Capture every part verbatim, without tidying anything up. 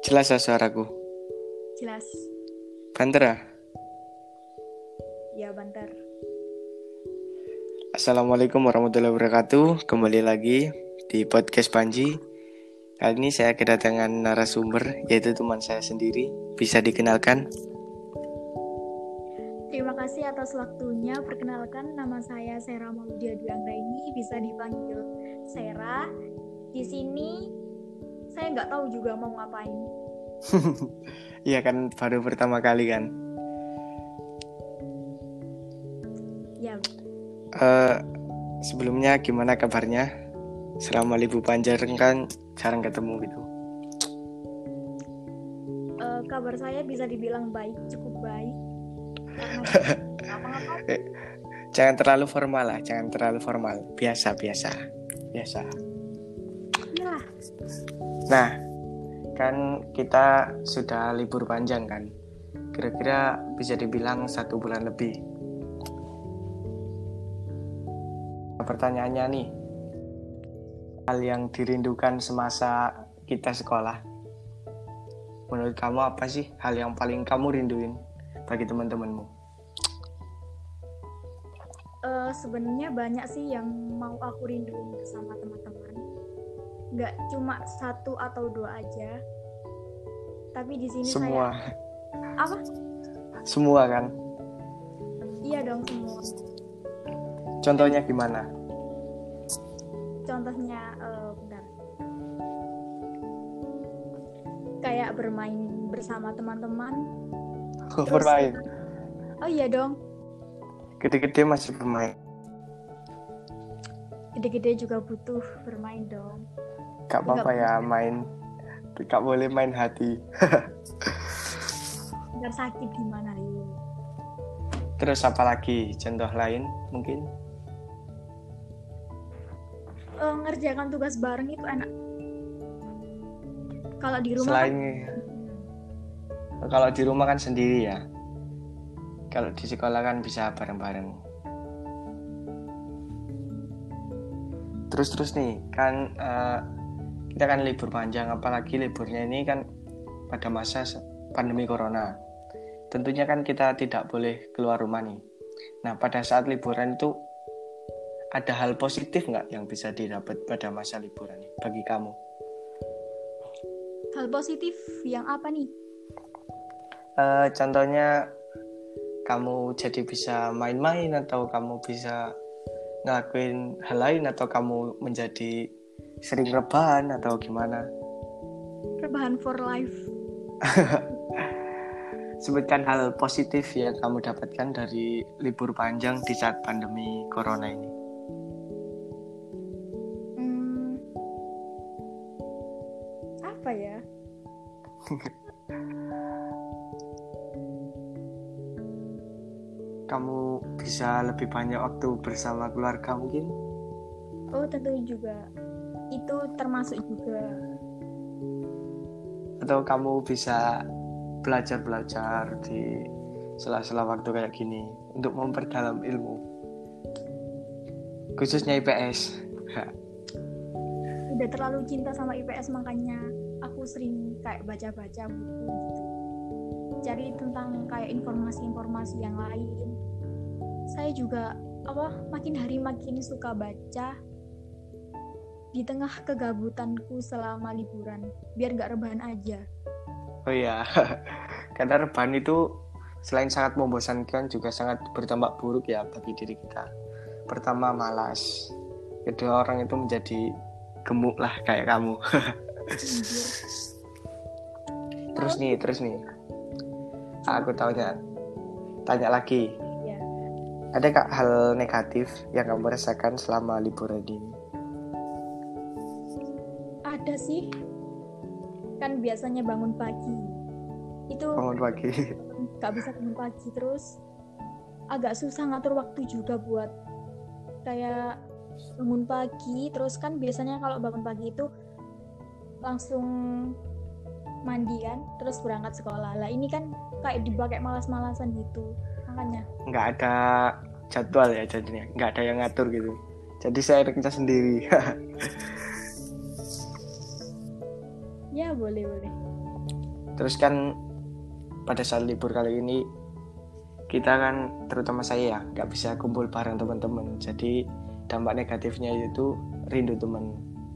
Jelas ya suaraku? Jelas. Banter ya? Ya, banter. Assalamualaikum warahmatullahi wabarakatuh. Kembali lagi di podcast Panji. Kali ini saya kedatangan narasumber, yaitu teman saya sendiri. Bisa dikenalkan? Terima kasih atas waktunya. Perkenalkan, nama saya Sera Maudia Dwi Anggraini. Bisa dipanggil Sera. Di sini saya nggak tahu juga mau ngapain. Iya kan, baru pertama kali kan. Ya. Uh, sebelumnya gimana kabarnya? Selama libur panjang kan jarang ketemu gitu. Uh, kabar saya bisa dibilang baik, cukup baik. Karena apa-apa. Eh, jangan terlalu formal lah, jangan terlalu formal. Biasa, biasa, biasa. Iya. Nah, kan kita sudah libur panjang kan, kira-kira bisa dibilang satu bulan lebih. Nah, pertanyaannya nih, hal yang dirindukan semasa kita sekolah, menurut kamu apa sih hal yang paling kamu rinduin bagi teman-temanmu? Uh, sebenarnya banyak sih yang mau aku rinduin bersama teman-teman. Nggak cuma satu atau dua aja, tapi di sini semua. saya apa? Semua kan? Iya dong, semua. Contohnya gimana? Contohnya, uh, bentar. Kayak bermain bersama teman-teman. Oh, bermain. Oh iya dong. Gede-gede masih bermain. Gede-gede juga butuh bermain dong. Gak apa-apa ya main. Gak boleh main hati. Ntar sakit gimana yuk. Terus apa lagi? Contoh lain mungkin? Uh, ngerjakan tugas bareng itu enak. Kalau di rumah Selain kan... kalau di rumah kan sendiri ya. Kalau di sekolah kan bisa bareng-bareng. Terus-terus nih kan uh, kita kan libur panjang, apalagi liburnya ini kan pada masa pandemi corona. Tentunya kan kita tidak boleh keluar rumah nih. Nah, pada saat liburan itu ada hal positif nggak yang bisa didapat pada masa liburan nih bagi kamu? Hal positif yang apa nih? Uh, contohnya kamu jadi bisa main-main, atau kamu bisa ngelakuin hal lain, atau kamu menjadi sering rebahan atau gimana? Rebahan for life. Sebutkan hal positif yang kamu dapatkan dari libur panjang di saat pandemi corona ini. Hmm, apa ya? Kamu bisa lebih banyak waktu bersama keluarga mungkin? Oh, tentu juga. Itu termasuk juga. Atau kamu bisa belajar-belajar di sela-sela waktu kayak gini untuk memperdalam ilmu, khususnya I P S. Udah terlalu cinta sama I P S, makanya aku sering kayak baca-baca buku gitu. Cari tentang kayak informasi-informasi yang lain. Saya juga apa makin hari makin suka baca di tengah kegabutanku selama liburan, biar gak rebahan aja. Oh iya, karena rebahan itu selain sangat membosankan juga sangat berdampak buruk ya bagi diri kita. Pertama malas, kedua orang itu menjadi gemuk lah kayak kamu. Terus nih, terus nih, aku tanya, tanya lagi. Ya. Ada gak hal negatif yang kamu rasakan selama liburan ini? Ada sih. Kan biasanya bangun pagi. Itu Bangun pagi. gak bisa bangun pagi, terus agak susah ngatur waktu juga buat kayak bangun pagi. Terus kan biasanya kalau bangun pagi itu langsung mandi kan, terus berangkat sekolah. Lah ini kan kayak dipakai malas-malasan gitu, makanya Nggak ada jadwal ya jadinya, nggak ada yang ngatur gitu. Jadi saya kerja sendiri. ya boleh boleh. Terus kan pada saat libur kali ini kita kan, terutama saya ya, nggak bisa kumpul bareng teman-teman. Jadi dampak negatifnya itu rindu teman.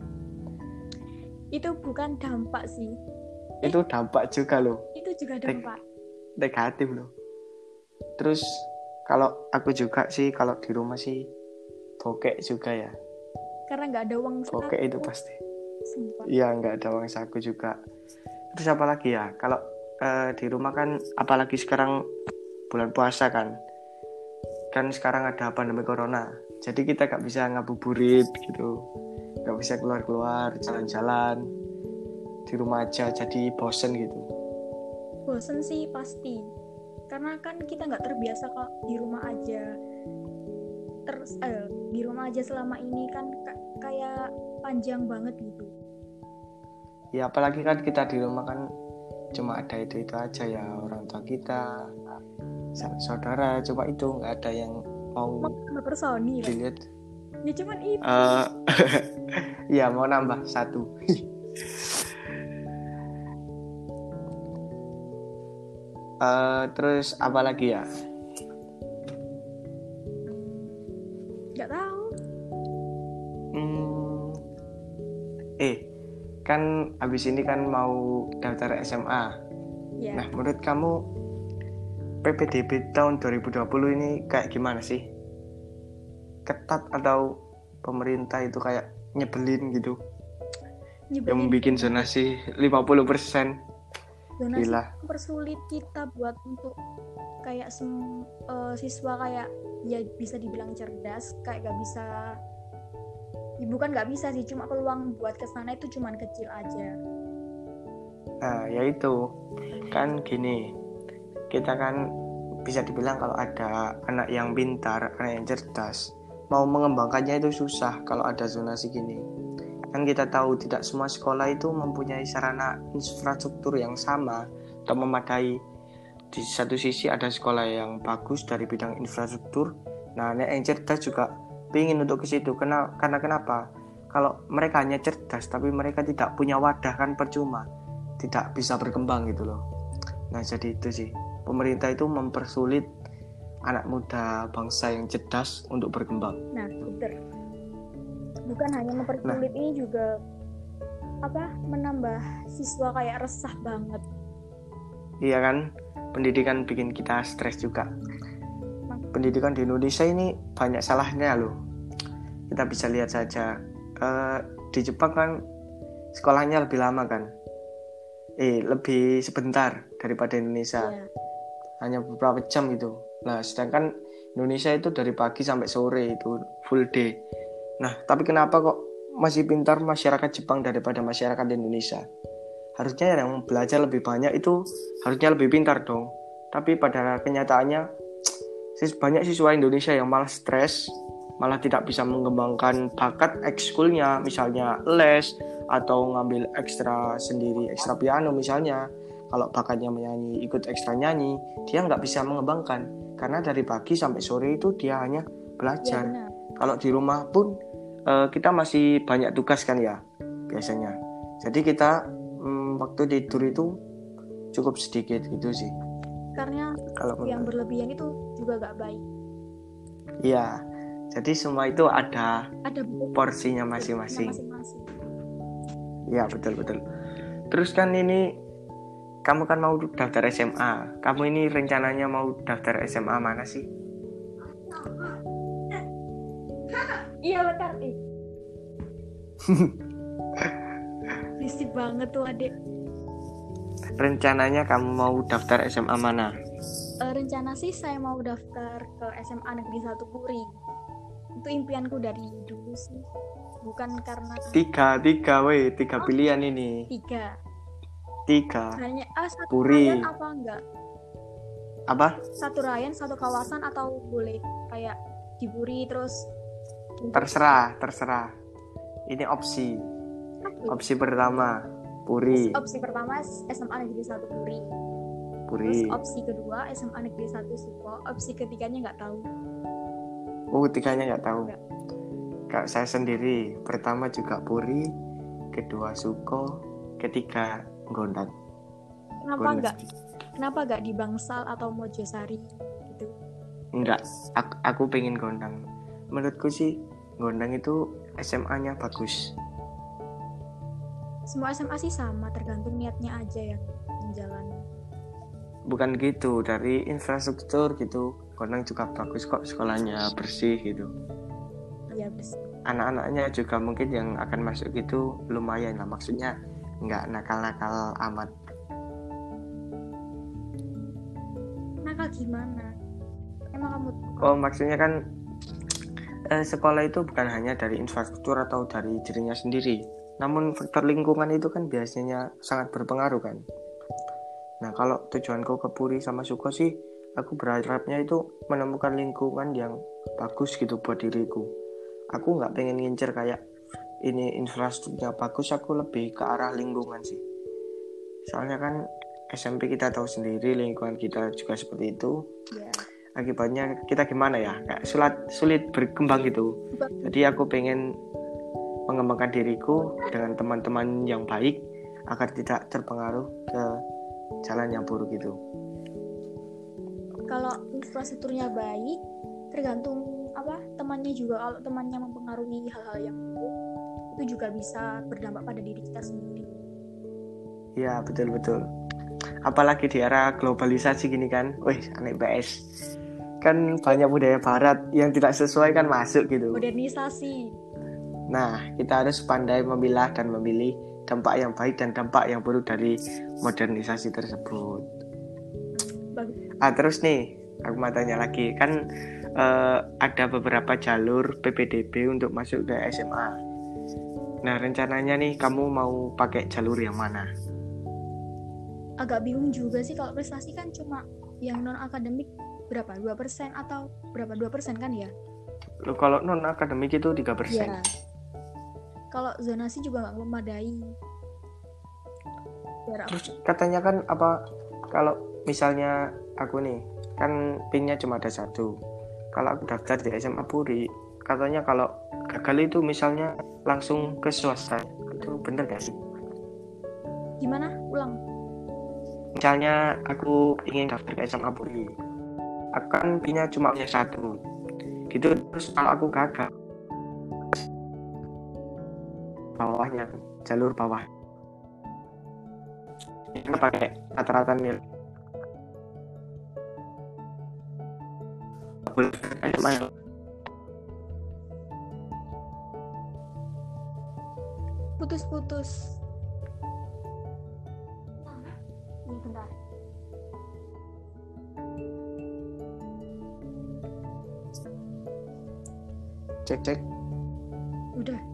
Itu bukan dampak sih. Itu dampak juga loh. Itu juga dampak. Negatif loh. Terus kalau aku juga sih, kalau di rumah sih bokek juga ya. Karena nggak ada uang saku. Bokek itu pasti. Sumpah. Iya, nggak ada uang saku juga. Terus apa lagi ya? Kalau uh, di rumah kan, apalagi sekarang bulan puasa kan. Kan sekarang ada pandemi corona. Jadi kita nggak bisa ngabuburit gitu. Nggak bisa keluar-keluar, jalan-jalan. Di rumah aja, jadi bosen gitu. Bosen sih pasti. Karena kan kita nggak terbiasa kok di rumah aja. Terus eh, di rumah aja selama ini kan k- kayak panjang banget gitu. Ya apalagi kan kita di rumah kan cuma ada itu-itu aja ya, orang tua kita, saudara, cuma itu, nggak ada yang mau nambah personi dilihat. Ya cuman itu. Uh, ya mau nambah satu. uh, terus apa lagi ya? Nggak tahu. Hmm, eh kan abis ini kan mau daftar S M A. Ya. Nah menurut kamu P P D B tahun dua ribu dua puluh ini kayak gimana sih? Ketat atau pemerintah itu kayak nyebelin gitu? Nyebelin. Yang bikin zonasi lima puluh persen. Zonasi mempersulit kita buat untuk kayak sem- uh, siswa kayak ya bisa dibilang cerdas, kayak gak bisa, ya bukan gak bisa sih, cuma peluang buat kesana itu cuman kecil aja. Nah ya itu kan gini, kita kan bisa dibilang kalau ada anak yang pintar, anak yang cerdas, mau mengembangkannya itu susah kalau ada zonasi gini. Kan kita tahu tidak semua sekolah itu mempunyai sarana infrastruktur yang sama atau memadai. Di satu sisi ada sekolah yang bagus dari bidang infrastruktur, nah anak yang cerdas juga ingin untuk ke situ. Karena, karena kenapa? Kalau mereka hanya cerdas tapi mereka tidak punya wadah kan percuma, tidak bisa berkembang gitu loh. Nah jadi itu sih, pemerintah itu mempersulit anak muda bangsa yang cerdas untuk berkembang. Nah betul. Bukan hanya mempersulit, nah, ini juga apa menambah siswa kayak resah banget. Iya kan, pendidikan bikin kita stres juga. Nah, pendidikan di Indonesia ini banyak salahnya loh. Kita bisa lihat saja uh, di Jepang kan sekolahnya lebih lama kan, eh lebih sebentar daripada Indonesia. Yeah. Hanya beberapa jam gitu. Nah sedangkan Indonesia itu dari pagi sampai sore itu full day. Nah, tapi kenapa kok masih pintar masyarakat Jepang daripada masyarakat Indonesia? Harusnya yang belajar lebih banyak itu harusnya lebih pintar dong. Tapi pada kenyataannya banyak siswa Indonesia yang malah stres, malah tidak bisa mengembangkan bakat ekskulnya, misalnya les atau ngambil ekstra sendiri, ekstra piano misalnya. Kalau bakatnya menyanyi, ikut ekstra nyanyi, dia nggak bisa mengembangkan. Karena dari pagi sampai sore itu dia hanya belajar. Ya, kalau di rumah pun uh, kita masih banyak tugas kan ya biasanya. Jadi kita um, waktu tidur itu cukup sedikit gitu sih. Karena kalau yang berlebihan itu juga gak baik. Iya. Jadi semua itu ada, ada porsinya masing-masing. Iya betul betul. Terus kan ini kamu kan mau daftar S M A. Kamu ini rencananya mau daftar S M A mana sih? Iya bentar nih. Risih banget tuh adik. Rencananya kamu mau daftar S M A mana? Uh, rencana sih saya mau daftar ke S M A Negeri satu Puri. Itu impianku dari dulu sih. Bukan karena Tiga, tiga weh, tiga oh, pilihan ini. Tiga. Tiga. Hanya ah, satu Puri. Rayan apa enggak? Apa? Satu rayan, satu kawasan atau boleh kayak di Puri terus terserah, terserah. Ini opsi. Opsi pertama Puri. Opsi pertama S M A Negeri satu Puri. Puri. Terus opsi kedua S M A Negeri satu Suko. Opsi ketiganya nggak tahu. Oh, tiganya nggak tahu. Kak saya sendiri pertama juga Puri, kedua Suko, ketiga Gondang. Kenapa Gondang. enggak? Kenapa enggak di Bangsal atau Mojosari gitu? Enggak, aku, aku pengen Gondang. Menurutku sih Gondang itu S M A-nya bagus. Semua S M A sih sama, tergantung niatnya aja yang menjalani. Bukan gitu, dari infrastruktur gitu Gondang juga bagus kok, sekolahnya bersih gitu. Iya bersih. Anak-anaknya juga mungkin yang akan masuk gitu lumayan lah, maksudnya nggak nakal-nakal amat. Nakal gimana? Emang kamu Oh maksudnya kan eh, sekolah itu bukan hanya dari infrastruktur atau dari dirinya sendiri, namun faktor lingkungan itu kan biasanya sangat berpengaruh kan. Nah kalau tujuanku ke Puri sama Suko sih, aku berharapnya itu menemukan lingkungan yang bagus gitu buat diriku. Aku nggak pengen ngincer kayak ini infrastrukturnya bagus, aku lebih ke arah lingkungan sih. Soalnya kan S M P kita tahu sendiri lingkungan kita juga seperti itu. ya. Akibatnya kita gimana ya, kayak sulit sulit berkembang gitu. Jadi aku pengen mengembangkan diriku dengan teman-teman yang baik agar tidak terpengaruh ke jalan yang buruk itu. Kalau infrastrukturnya baik, tergantung apa temannya juga. Kalau temannya mempengaruhi hal-hal yang buruk, itu juga bisa berdampak pada diri kita sendiri. Ya betul-betul. Apalagi di era globalisasi gini kan, wih anak P S kan banyak budaya barat yang tidak sesuai kan masuk gitu. Modernisasi. Nah kita harus pandai memilah dan memilih dampak yang baik dan dampak yang buruk dari modernisasi tersebut. Bagus. Ah terus nih aku mau tanya lagi kan, eh, ada beberapa jalur P P D B untuk masuk ke S M A. Nah rencananya nih kamu mau pakai jalur yang mana? Agak bingung juga sih, kalau prestasi kan cuma yang non akademik berapa? dua persen atau berapa? dua persen kan ya? Loh, kalau non akademik itu tiga persen. Iya. Kalau zonasi juga nggak memadai. Biar Terus katanya kan apa, kalau misalnya aku nih kan pinnya cuma ada satu. Kalau aku daftar di S M A Puri, katanya kalau gagal itu misalnya langsung ke swasta. Itu bener gak sih? gimana? Ulang. Misalnya aku ingin daftar ke S M A Puri, akan pinnya cuma punya satu. Gitu, terus kalau aku gagal, bawahnya jalur bawah kita pakai rata-rata nilai. Putus-putus. Ini bentar. Cek cek. Udah.